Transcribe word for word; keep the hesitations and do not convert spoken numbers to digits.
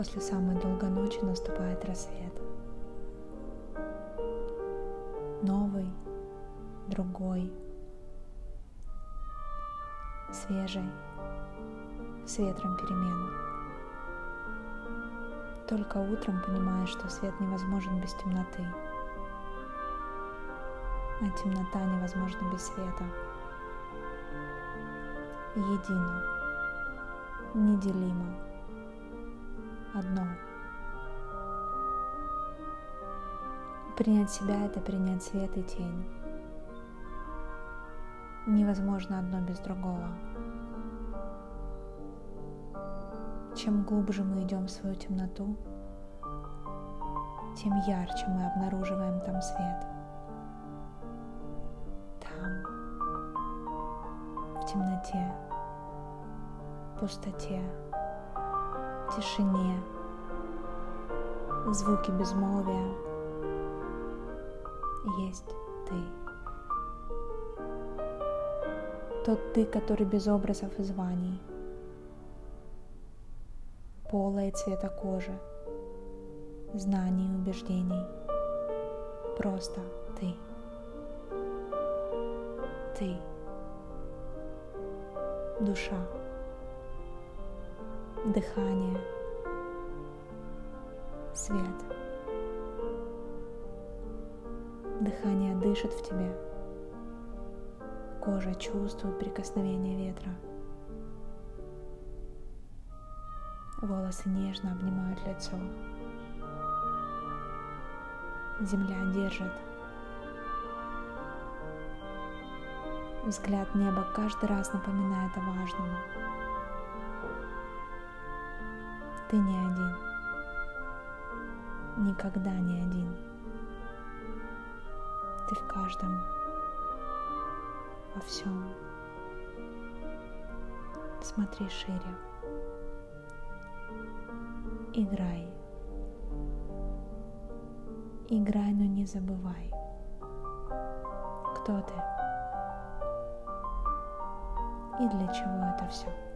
После самой долгой ночи наступает рассвет. Новый, другой, свежий, с ветром перемен. Только утром понимаешь, что свет невозможен без темноты, а темнота невозможна без света. Едино, неделимо, одно. Принять себя — это принять свет и тень. Невозможно одно без другого. Чем глубже мы идем в свою темноту, тем ярче мы обнаруживаем там свет. Там, в темноте, пустоте, тишине, звуки безмолвия есть ты. Тот ты, который без образов и званий, пола и цвета кожи, знаний и убеждений. Просто ты. Ты. Душа. Дыхание. Свет. Дыхание дышит в тебе. Кожа чувствует прикосновение ветра. Волосы нежно обнимают лицо. Земля держит. Взгляд неба каждый раз напоминает о важном. Ты не один. Никогда не один. Ты в каждом, во всем. Смотри шире. Играй. Играй, но не забывай, кто ты и для чего это все.